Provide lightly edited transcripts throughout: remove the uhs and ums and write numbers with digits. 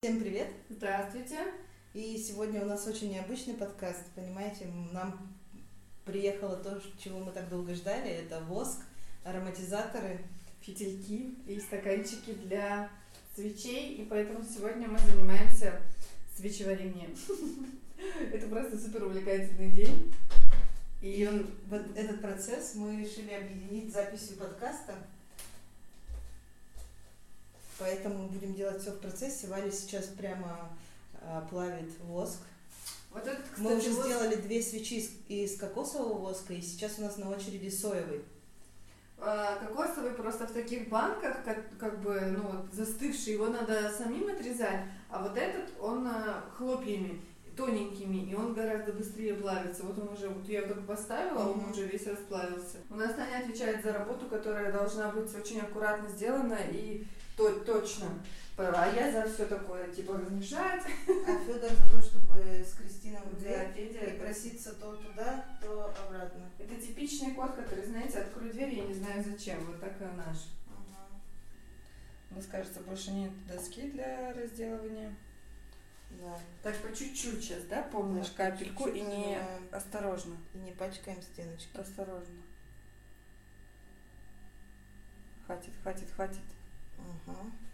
Всем привет! Здравствуйте! И сегодня у нас очень необычный подкаст, понимаете, нам приехало то, чего мы так долго ждали, это воск, ароматизаторы, Фитильки и стаканчики для свечей, и поэтому сегодня мы занимаемся свечеварением. Это просто супер увлекательный день. И вот этот процесс мы решили объединить с записью подкаста. Поэтому будем делать все в процессе. Валя сейчас прямо плавит воск. Вот этот, кстати, мы уже сделали 2 свечи из кокосового воска, и сейчас у нас на очереди соевый. Кокосовый просто в таких банках, как бы, ну вот, застывший, его надо самим отрезать, а вот этот, он хлопьями, тоненькими, и он гораздо быстрее плавится. Вот он уже, вот я его только поставила, он уже весь расплавился. У нас Таня отвечает за работу, которая должна быть очень аккуратно сделана и точно. А я за все такое, типа, размешать. А Федор за то, чтобы с Кристиной и проситься то туда, то обратно. Это типичный кот, который, знаете, открою дверь, я не знаю зачем, вот так и наш. У нас, кажется, больше нет доски для разделывания. Да. Так по чуть-чуть сейчас, да, помнишь, да, капельку, и не осторожно. И не пачкаем стеночки. Осторожно. Хватит. Угу.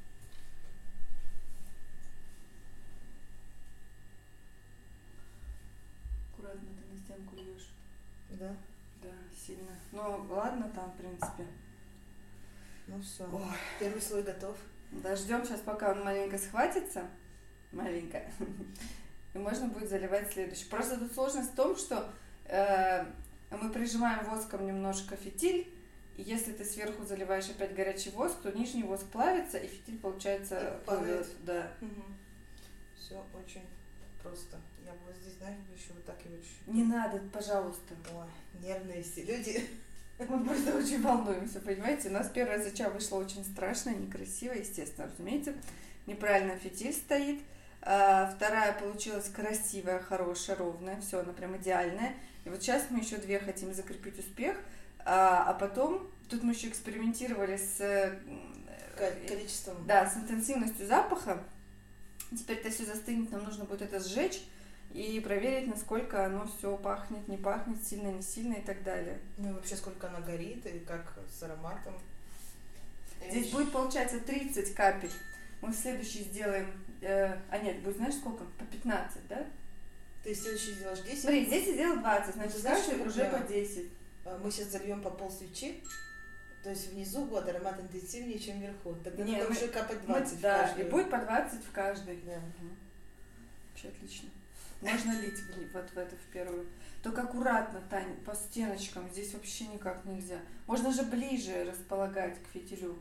Аккуратно ты на стенку льешь. Да? Да, сильно. Ну, ладно там, в принципе. Ну все. Первый слой готов. Да, ждем сейчас, пока он маленько схватится. Маленько. И можно будет заливать следующий. Просто тут сложность в том, что мы прижимаем воском немножко фитиль, и если ты сверху заливаешь опять горячий воск, то нижний воск плавится, и фитиль, получается, плывет. Да. Угу. Все очень просто. Я бы здесь, знаешь, еще вот так его чуть-чуть. Не надо, пожалуйста. Ой, нервные все люди. Мы просто очень волнуемся, понимаете? У нас первая свеча вышла очень страшная, некрасивая, естественно, разумеете. Неправильно фитиль стоит. Вторая получилась красивая, хорошая, ровная. Все, она прям идеальная. И вот сейчас мы еще 2 хотим закрепить успех. А потом, тут мы еще экспериментировали с количеством. Да, с интенсивностью запаха. Теперь это все застынет, нам нужно будет это сжечь и проверить, насколько оно все пахнет, не пахнет, сильно, не сильно и так далее. Ну и вообще, сколько она горит и как с ароматом. Здесь будет, получается, 30 капель. Мы в следующий сделаем... нет, будет, знаешь, сколько? По 15, да? Ты следующий сделаешь 10? Смотри, здесь я сделала 20, значит, дальше уже по 10. Мы сейчас зальем по пол свечи. То есть внизу будет аромат интенсивнее, чем вверху. Тогда нет, надо уже капать 20 в да, каждую. И будет по 20 в каждой. Да. Вообще отлично. Можно лить вот в эту в первую. Только аккуратно, Тань, по стеночкам. Здесь вообще никак нельзя. Можно же ближе располагать к фитилю.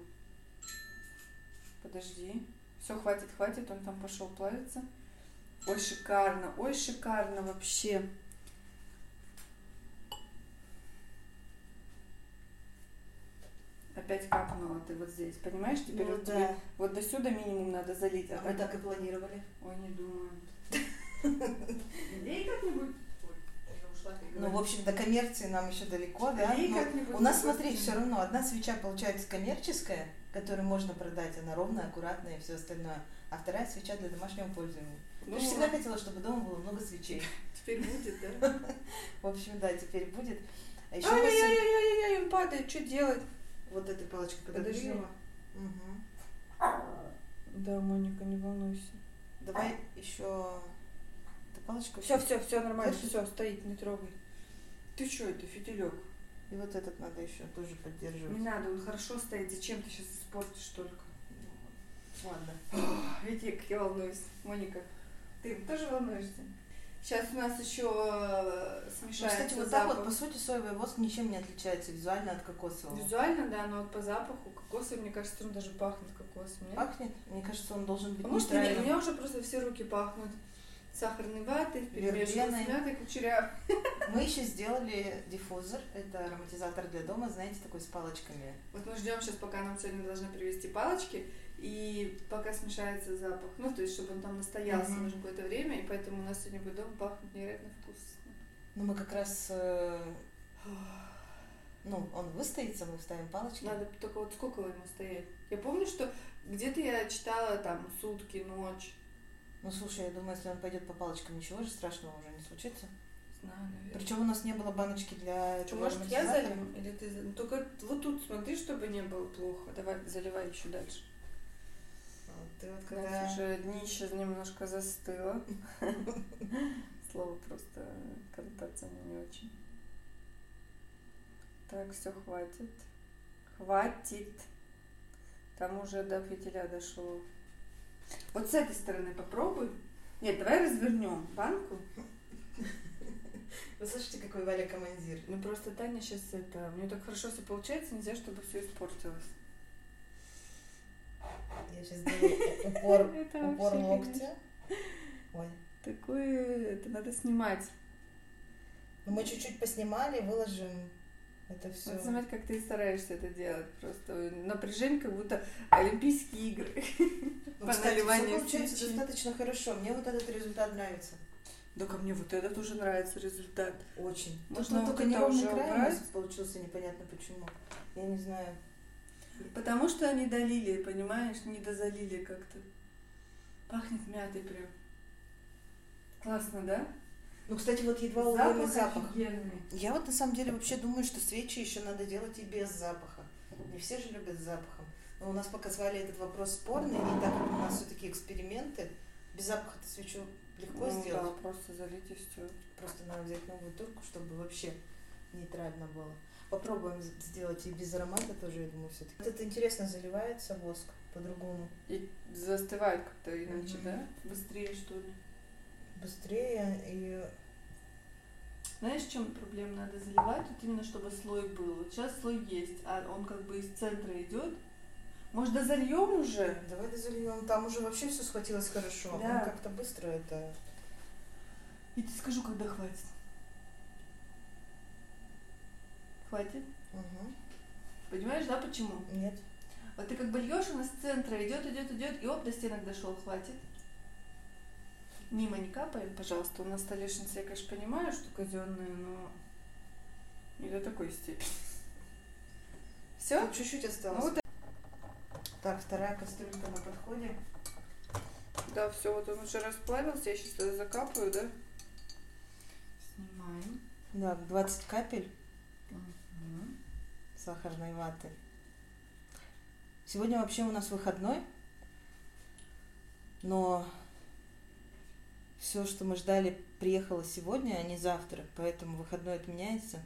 Подожди. Все, хватит, он там пошел плавиться. Ой, шикарно вообще. Опять капнула ты вот здесь, понимаешь? Теперь ну, вот да. тебе вот до сюда минимум надо залить. А мы так и планировали. Ой, не думаю. Лей как-нибудь. Ну, в общем, до коммерции нам еще далеко, да? У нас, смотри, все равно одна свеча получается коммерческая, которую можно продать, она ровная, аккуратная и все остальное. А вторая свеча для домашнего пользования. Ты же всегда хотела, чтобы дома было много свечей. Теперь будет, да? В общем, да, теперь будет. А еще ай-яй-яй-яй-яй, он падает, что делать? Вот этой палочкой подожгла. Да, Моника, не волнуйся. Давай еще палочку. Все, нормально, все, стоит, не трогай. Ты что, это фитилек? И вот этот надо еще тоже поддерживать. Не надо, он хорошо стоит, зачем ты сейчас испортишь только? Ладно. Видите, как я волнуюсь. Моника, ты тоже волнуешься? Сейчас у нас еще смешается. Кстати, вот так вот, по сути, соевый воск ничем не отличается визуально от кокосового. Визуально, да, но вот по запаху кокосовый, мне кажется, он даже пахнет кокосом. Нет? Пахнет? Мне кажется, он должен быть может, нейтральным. У меня уже просто все руки пахнут сахарной ватой, вперемешку с мятой, кучерявой. Мы еще сделали диффузор, это ароматизатор для дома, знаете, такой с палочками. Вот мы ждем сейчас, пока нам сегодня должны привезти палочки, и пока смешается запах, ну, то есть, чтобы он там настоялся, нужно какое-то время, и поэтому у нас сегодня будет дома пахнет невероятно вкусно. Ну, мы как раз, он выстоится, мы вставим палочки. Надо только вот сколько ему стоять? Я помню, что где-то я читала там сутки, ночь. Ну слушай, я думаю, если он пойдет по палочкам, ничего же страшного уже не случится. Знаю, наверное. Причем у нас не было баночки для... Что, может, я залью? Или ты... Только вот тут смотри, чтобы не было плохо. Давай, заливай еще дальше. Вот, ты вот когда... У нас уже днище немножко застыло. Слово просто коннотация не очень. Так, все, хватит. Хватит. Там уже до фитиля дошло. Вот с этой стороны попробуй. Нет, давай развернем банку. Вы слышите, какой Валя командир? Ну просто Таня сейчас это... У нее так хорошо все получается, нельзя, чтобы все испортилось. Я сейчас делаю упор локтя. Ой. Такое... Это надо снимать. Ну, мы чуть-чуть поснимали, выложим это все. Вот смотри, как ты стараешься это делать. Просто напряжение, как будто Олимпийские игры. Ну, кстати, все получается достаточно хорошо. Мне вот этот результат нравится. Да ко мне вот этот уже нравится результат. Очень. Можно вот только неровный край у нас получился, непонятно почему. Я не знаю. Потому что они долили, понимаешь, не дозалили как-то. Пахнет мятой прям. Классно, да? Ну, кстати, вот едва уловимый запах. Офигенный. Я вот на самом деле вообще думаю, что свечи еще надо делать и без запаха. Не все же любят с запахом. Но у нас пока с Валей этот вопрос спорный, и так как у нас все-таки эксперименты, без запаха-то свечу легко сделать. Да, просто залить и все. Просто надо взять новую турку, чтобы вообще нейтрально было. Попробуем сделать и без аромата тоже, я думаю, все-таки. Вот это интересно, заливается воск по-другому. И застывает как-то иначе, да? Быстрее, что ли? Быстрее и... Знаешь, в чем проблема? Надо заливать, вот именно чтобы слой был. Вот сейчас слой есть, а он как бы из центра идет. Может, дозальем уже? Давай дозальем. Там уже вообще все схватилось хорошо. Да. Он как-то быстро это... Я тебе скажу, когда хватит. Хватит? Угу. Понимаешь, да, почему? Нет. Вот ты как бы льешь, он из центра идет, и оп, до стенок дошел, хватит. Мимо не капаем, пожалуйста. У нас столешница, я, конечно, понимаю, что казенная, но не до такой степени. Все? Тут чуть-чуть осталось. Ну, вот. Так, вторая кастрюлька на подходе. Да, все, вот он уже расплавился, я сейчас туда закапаю, да? Снимаем. Да, 20 капель Угу. сахарной ваты. Сегодня вообще у нас выходной, но все, что мы ждали, приехало сегодня, а не завтра, поэтому выходной отменяется.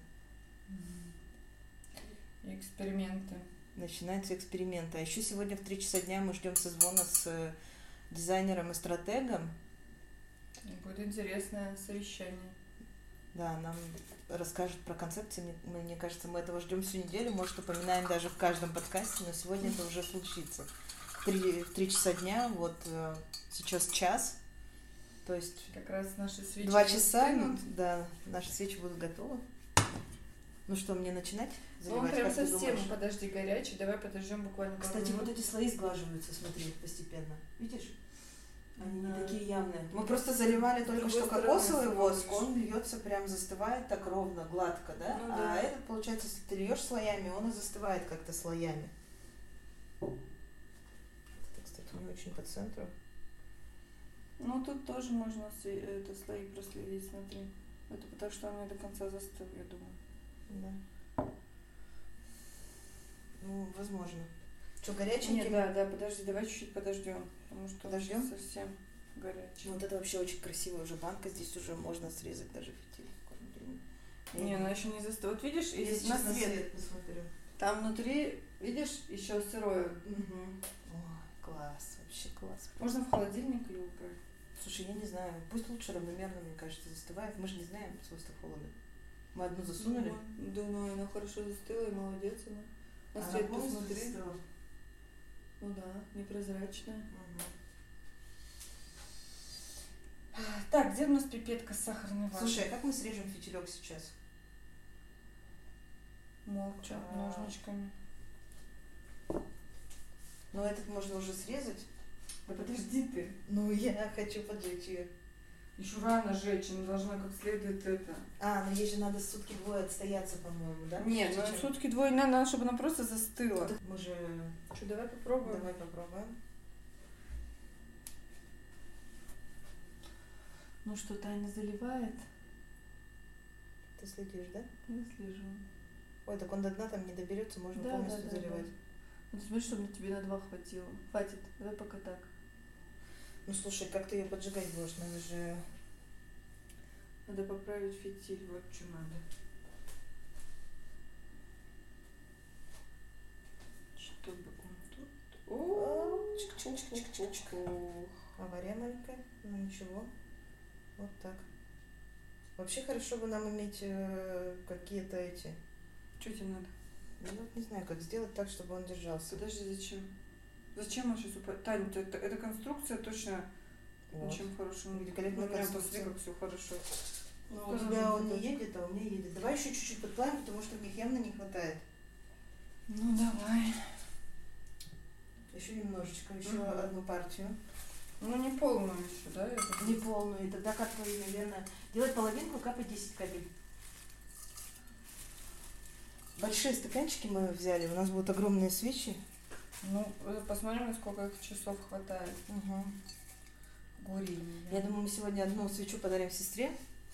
Эксперименты. Начинаются эксперименты. А еще сегодня в 3 часа дня мы ждем созвона с дизайнером и стратегом. Будет интересное совещание. Да, нам расскажет про концепции. Мне кажется, мы этого ждем всю неделю. Может, упоминаем даже в каждом подкасте, но сегодня это уже случится. В 3 часа дня, вот сейчас час. То есть как раз наши свечи 2 часа, да, наши свечи будут готовы. Ну что, мне начинать заливать? Он прям совсем, подожди, горячий. Давай подождем буквально пару Кстати, минут. вот эти слои сглаживаются, смотри, постепенно. Видишь? Они Да. не такие явные. Мы просто заливали только что кокосовый воск, он льется прям, застывает так ровно, гладко, да? Ну, да. А этот, получается, если ты льешь слоями, он и застывает как-то слоями. Это, кстати, не очень по центру. Ну, тут тоже можно это слои проследить, смотри. Это потому что он не до конца застыл, я думаю. Да. Ну, возможно. Что, горяченький? Нет, да, подожди, давай чуть-чуть подождем. Потому что Подождем? он совсем горячий. Вот это вообще очень красивая уже банка. Здесь уже можно срезать даже фитиль. Не, она еще не застыла. Вот видишь, я если на свет, посмотрю. там внутри, видишь, еще сырое. Угу. Ой, класс, вообще класс. Можно в холодильник ее убрать. Слушай, я не знаю, пусть лучше равномерно, мне кажется, застывает. Мы же не знаем свойства холода. Мы одну засунули. Да, ну она хорошо застыла, и молодец она. На Она свет полностью посмотри. застыла. Ну да, непрозрачная. Угу. Так, где у нас пипетка с сахарной ватой? Слушай, а как мы срежем фитилек сейчас? Молча, ножничками. Ну, этот можно уже срезать. Да подожди ты. Ну, я хочу поджечь ее. Еще рано жечь, она должна как следует это. А, ну ей же надо сутки двое отстояться, по-моему, да? Нет, ну сутки двое надо, чтобы она просто застыла. Мы же... Что, давай попробуем? Давай попробуем. Ну что, Таня заливает? Ты следишь, да? Я слежу. Ой, так он до дна там не доберется, можно полностью заливать. Да. Ну, ты смотри, чтобы тебе на 2 хватило. Хватит, давай пока так. Ну слушай, как ты ее поджигать будешь? Надо же... Надо поправить фитиль, вот что надо. Чтобы он тут... Авария маленькая, ну ничего. Вот так. Вообще хорошо бы нам иметь какие-то эти... Что тебе надо? Ну вот не знаю, как сделать так, чтобы он держался. Подожди, зачем? Зачем он сейчас упадет? Таня, эта конструкция точно вот. Очень хорошая. Великолепная конструкция. Посмотри, как все хорошо. Но у тебя он не едет, а у меня едет. Давай еще чуть-чуть подплавим, потому что мне явно не хватает. Ну давай. Еще немножечко, еще одну партию. Ну не полную еще, да? Не полную. И тогда капать, наверное, делать половинку, капать 10 капель. Большие стаканчики мы взяли, у нас будут огромные свечи. Ну, посмотрим, сколько их часов хватает. Угу. Горели. Я думаю, мы сегодня одну свечу подарим сестре.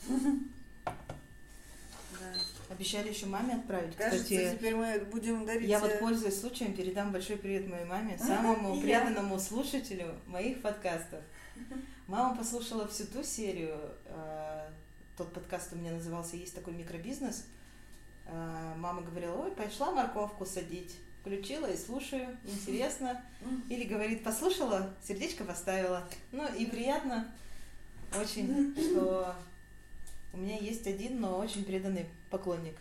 Да. Обещали еще маме отправить. Кажется, кстати, теперь мы будем дарить... Я вот, пользуясь случаем, передам большой привет моей маме, самому преданному слушателю моих подкастов. Мама послушала всю ту серию. Тот подкаст у меня назывался «Есть такой микробизнес». Мама говорила: ой, пошла морковку садить. Включила и слушаю, интересно. Или говорит: послушала, сердечко поставила. Ну и приятно очень, что у меня есть один, но очень преданный поклонник.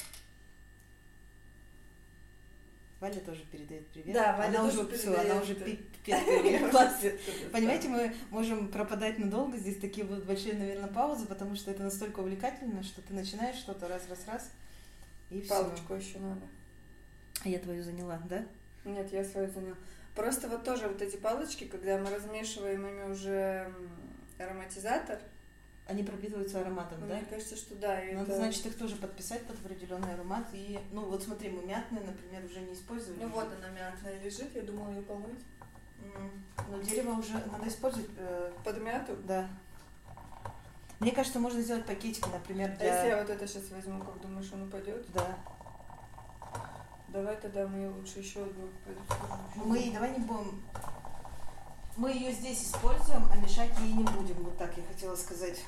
Валя тоже передает привет. Да, Валя она тоже уже передает. Все, она уже пипец. Понимаете, мы можем пропадать надолго. Здесь такие будут большие, наверное, паузы, потому что это настолько увлекательно, что ты начинаешь что-то раз, и все. Палочку еще надо. А я твою заняла, да? Нет, я свою заняла. Просто вот тоже вот эти палочки, когда мы размешиваем ими уже ароматизатор, они пропитываются ароматом, да? Мне кажется, что да. Надо, значит, их тоже подписать под определенный аромат. И, ну, вот смотри, мы мятные, например, уже не используем. Ну вот она мятная лежит, я думала ее помыть. Но дерево уже надо использовать. Под мяту? Да. Мне кажется, можно сделать пакетики, например, для... А если я вот это сейчас возьму, как думаешь, он упадет? Да. Давай тогда мы лучше еще одну. Давай не будем... Мы ее здесь используем, а мешать ей не будем. Вот так я хотела сказать.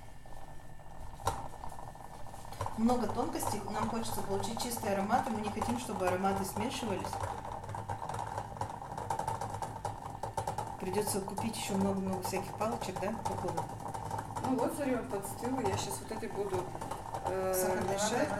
Много тонкостей. Нам хочется получить чистые ароматы. Мы не хотим, чтобы ароматы смешивались. Придется купить еще много-много всяких палочек, да? Походу. Ну вот, смотри, он подстыл. Я сейчас вот этой буду мешать.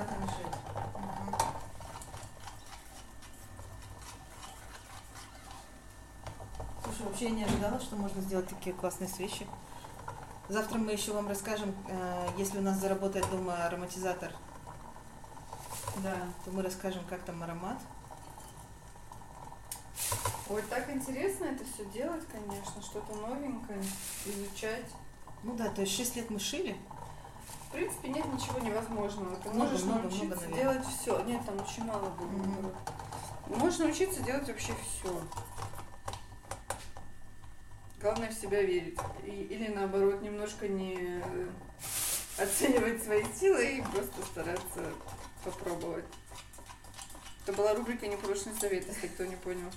Слушай, вообще я не ожидала, что можно сделать такие классные свечи. Завтра мы еще вам расскажем, если у нас заработает дома ароматизатор, да, то мы расскажем, как там аромат. Ой, так интересно это все делать, конечно, что-то новенькое, изучать. Ну да, то есть 6 лет мы шили. В принципе, нет ничего невозможного. Ты можешь научиться делать все. Нет, там очень мало было. Можешь научиться делать вообще все. Главное в себя верить. Или наоборот, немножко не оценивать свои силы и просто стараться попробовать. Это была рубрика «Непрошенный совет», если кто не понял.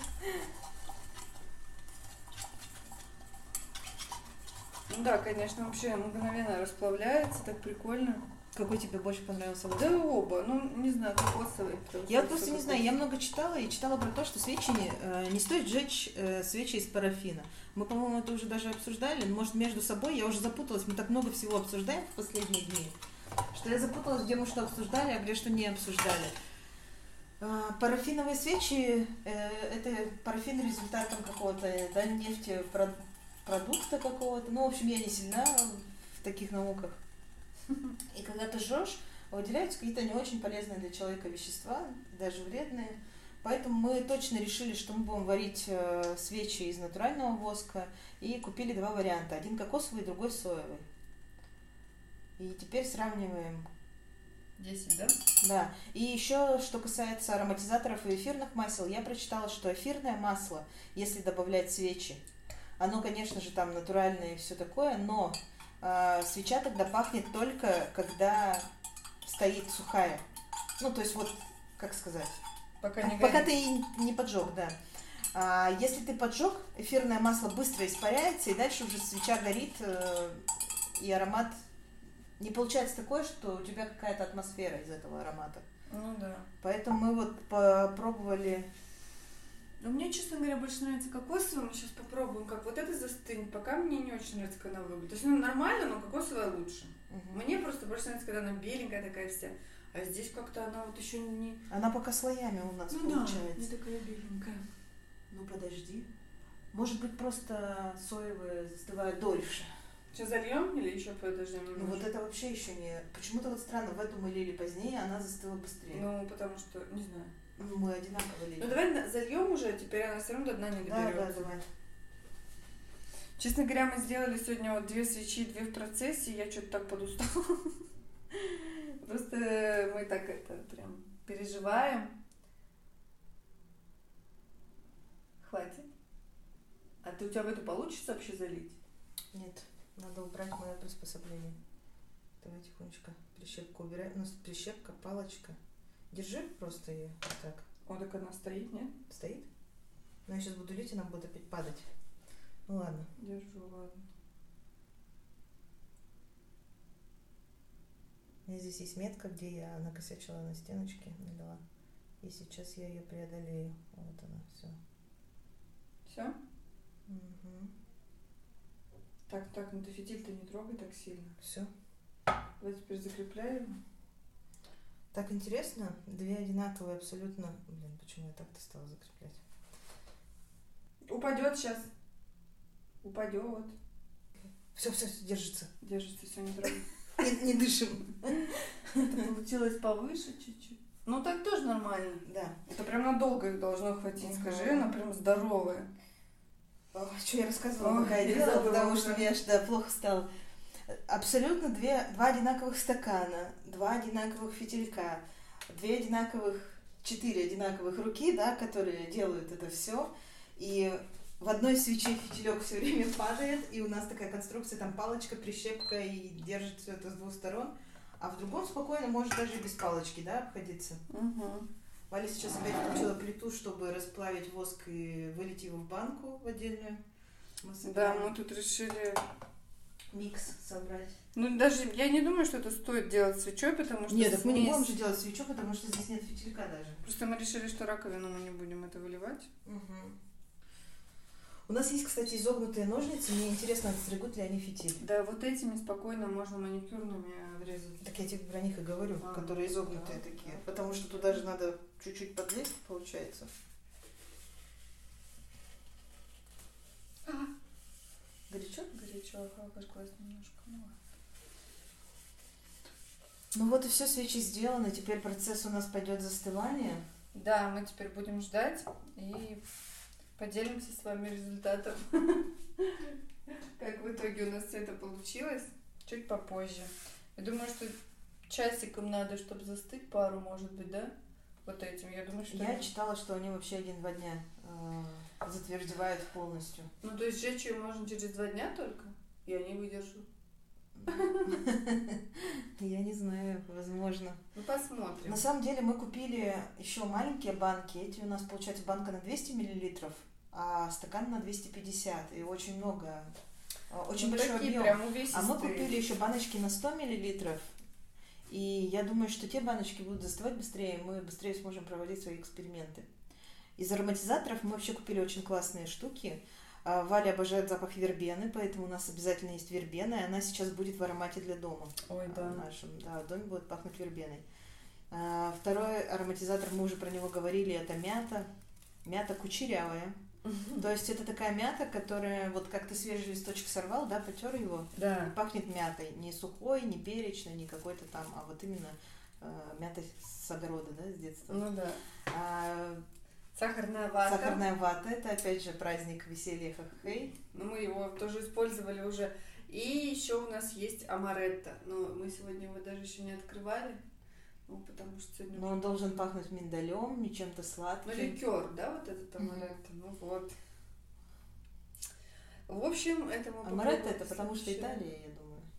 Ну да, конечно, вообще мгновенно расплавляется, так прикольно. Какой тебе больше понравился? Да оба, ну не знаю, кокосовый. Я просто не знаю, я много читала и читала про то, что свечи не стоит сжечь свечи из парафина. Мы, по-моему, это уже даже обсуждали, может, между собой, я уже запуталась, мы так много всего обсуждаем в последние дни, что я запуталась, где мы что обсуждали, а где что не обсуждали. Парафиновые свечи, это парафин результат там какого-то, да, нефтепродукта какого-то, ну, в общем, я не сильна в таких науках. И когда ты жжешь, выделяются какие-то не очень полезные для человека вещества, даже вредные. Поэтому мы точно решили, что мы будем варить свечи из натурального воска и купили 2 варианта. Один кокосовый, другой соевый. И теперь сравниваем. 10, да? Да. И еще, что касается ароматизаторов и эфирных масел, я прочитала, что эфирное масло, если добавлять свечи, оно, конечно же, там натуральное и все такое, но свеча тогда пахнет только, когда стоит сухая. Ну, то есть вот, как сказать, пока ты не поджег, да. Если ты поджег, эфирное масло быстро испаряется, и дальше уже свеча горит, и аромат не получается такое, что у тебя какая-то атмосфера из этого аромата. Ну да. Поэтому мы вот попробовали. Но мне, честно говоря, больше нравится кокосовая. Мы сейчас попробуем, как вот это застынет. Пока мне не очень нравится, как она выглядит. То есть, нормально, но кокосовая лучше. Мне просто больше нравится, когда она беленькая такая вся. А здесь как-то она вот еще не... Она пока слоями у нас получается. Да, не такая беленькая. Ну подожди. Может быть, просто соевые застывают дольше. Сейчас зальем или еще подождем немножко? Ну вот это вообще еще не... Почему-то вот странно, в эту мы лили позднее, она застыла быстрее. Ну, потому что, не знаю. Мы одинаково лили. Ну давай зальем уже, теперь она все равно до дна не доберется. Да, давай. Честно говоря, мы сделали сегодня вот 2 свечи, 2 в процессе, я что-то так подустала. Просто мы так это прям переживаем. Хватит. А ты у тебя в эту получится вообще залить? Нет, надо убрать мое приспособление. Давай тихонечко прищепку убираем. У нас прищепка, палочка. Держи просто ее вот так. О, так она стоит, нет? Стоит? Но я сейчас буду лить, и нам будет опять падать. Ну ладно. Держу, ладно. У меня здесь есть метка, где я накосячила на стеночке, налила. И сейчас я ее преодолею. Вот она, все. Все? Угу. Так, ну ты фитиль-то не трогай так сильно. Все. Давай теперь закрепляем. Так интересно, 2 одинаковые абсолютно. Блин, почему я так-то стала закреплять? Упадет сейчас. Упадет. Все, держится. Держится, все, не трогай. Не дышим. Это получилось повыше чуть-чуть. Ну так тоже нормально. Да. Это прям надолго их должно хватить, скажи, она прям здоровая. Что я рассказывала, пока я делала, потому что мне аж плохо стало. Абсолютно 2 одинаковых стакана, 2 одинаковых фитилька, 4 одинаковых руки, да, которые делают это все. И в одной свече фитилек все время падает, и у нас такая конструкция, там палочка, прищепка, и держит все это с 2 сторон. А в другом спокойно может даже и без палочки, да, обходиться. Угу. Валя сейчас опять включила плиту, чтобы расплавить воск и вылить его в банку в отдельную. Да, мы тут решили микс собрать. Ну, даже я не думаю, что это стоит делать свечой, потому что... Нет, так мы не будем делать свечу, потому что здесь нет фитилька даже. Просто мы решили, что раковину мы не будем это выливать. Угу. У нас есть, кстати, изогнутые ножницы. Мне интересно, отстригут ли они фитиль. Да, вот этими спокойно можно маникюрными отрезать. Так я тебе про них и говорю, которые изогнутые такие. Да. Потому что туда же надо чуть-чуть подлезть, получается. Горячо? Горячо, пожглась немножко. Ну вот и все, свечи сделаны. Теперь процесс у нас пойдет застывание. Да, мы теперь будем ждать и поделимся с вами результатом. Как в итоге у нас все это получилось. Чуть попозже. Я думаю, что часиком надо, чтобы застыть, пару, может быть, да? Вот этим. Я думаю, что... Я читала, что они вообще 1-2 дня затвердевают полностью. Ну, то есть сжечь ее можно через 2 дня только? Я не выдержу. Я не знаю, возможно. Ну, посмотрим. На самом деле мы купили еще маленькие банки. Эти у нас, получается, банка на 200 мл, а стакан на 250. И очень много, очень большой объем. А мы купили еще баночки на 100 мл. И я думаю, что те баночки будут застывать быстрее, и мы быстрее сможем проводить свои эксперименты. Из ароматизаторов мы вообще купили очень классные штуки. Валя обожает запах вербены, поэтому у нас обязательно есть вербена, и она сейчас будет в аромате для дома. Ой, да. В нашем доме будет пахнуть вербеной. Второй ароматизатор, мы уже про него говорили, это мята. Мята кучерявая. То есть это такая мята, которая, вот как ты свежий листочек сорвал, да, потер его, да. Пахнет мятой. Не сухой, не перечной, не какой-то там, а вот именно мятой с огорода, да, с детства. Ну да. Сахарная вата. Сахарная вата, это опять же праздник веселья хахей. Ну, мы его тоже использовали уже. И еще у нас есть амаретто. Но мы сегодня его даже еще не открывали. Ну, потому что сегодня... Но он должен пахнуть миндалем и чем-то сладким. Ну, ликер, да, вот этот амаретто. Ну, вот. В общем, это мы... Амаретто это потому что Италия, я думаю.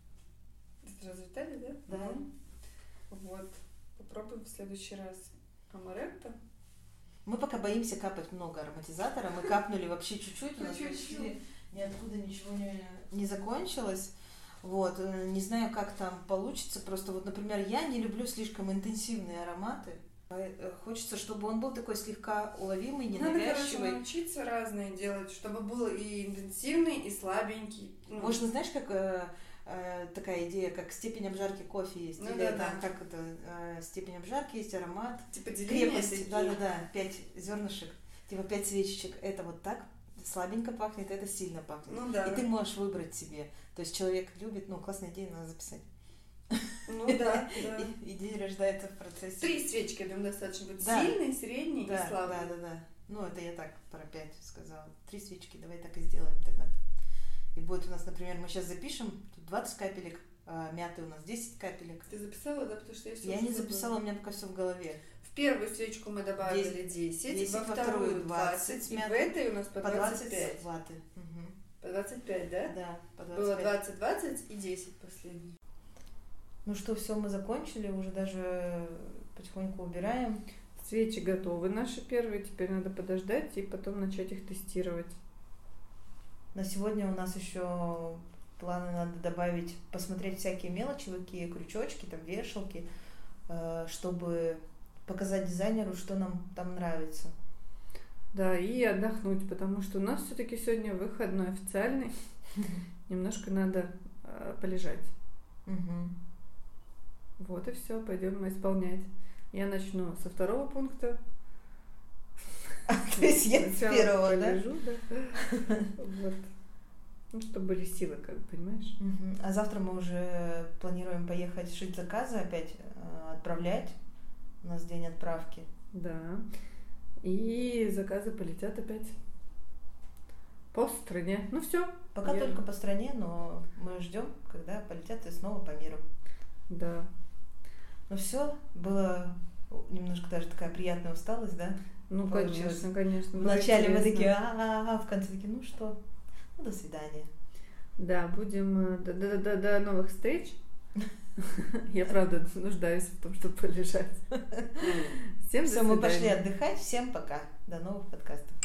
Развитали, да? Да. Вот. Попробуем в следующий раз амаретто. Мы пока боимся капать много ароматизатора. Мы капнули вообще чуть-чуть, у нас почти ниоткуда ничего не закончилось. Вот, не знаю, как там получится. Просто вот, например, я не люблю слишком интенсивные ароматы. Хочется, чтобы он был такой слегка уловимый, ненавязчивый. Надо, научиться разные делать, чтобы был и интенсивный, и слабенький. Можно, знаешь, как такая идея, как степень обжарки кофе есть. Ну, или да, там, да. как это, степень обжарки есть, аромат. Типа деление крепость. Да, 5 зернышек, типа 5 свечечек. Это вот так слабенько пахнет, это сильно пахнет. Ну, да. И ты можешь выбрать себе. То есть человек любит, классная идея, надо записать. Ну да. Идея рождается в процессе. 3 свечки, я думаю, достаточно будет. Сильный, средний и слабый. Да. Ну, это я так про 5 сказала. 3 свечки, давай так и сделаем тогда. И будет у нас, например, мы сейчас запишем, тут 20 капелек, мяты у нас 10 капелек. Ты записала, да? Потому что я не записала, у меня пока все в голове. В первую свечку мы добавили 10 во вторую 20 и в этой у нас по 25. ваты. По 25, да? Да, по 25. Было 20, 20 и 10 последний. Ну что, все, мы закончили, уже даже потихоньку убираем. Свечи готовы наши первые, теперь надо подождать и потом начать их тестировать. На сегодня у нас еще планы надо добавить, посмотреть всякие мелочи, какие крючочки, там вешалки, чтобы показать дизайнеру, что нам там нравится. Да, и отдохнуть, потому что у нас все-таки сегодня выходной официальный. Немножко надо полежать. Вот и все, пойдем мы исполнять. Я начну со второго пункта. То есть я с первого, да? Полежу, да. Вот. Ну, чтобы были силы, как бы, понимаешь? А завтра мы уже планируем поехать шить заказы, опять отправлять. У нас день отправки. Да. И заказы полетят опять по стране. Ну все. Пока только по стране, но мы ждем, когда полетят и снова по миру. Да. Ну все, было немножко даже такая приятная усталость, да? Ну, конечно. Вначале мы такие, в конце такие, ну что, до свидания. Да, будем до новых встреч. Я, правда, нуждаюсь в том, чтобы полежать. Всем до свидания. Все, мы пошли отдыхать. Всем пока. До новых подкастов.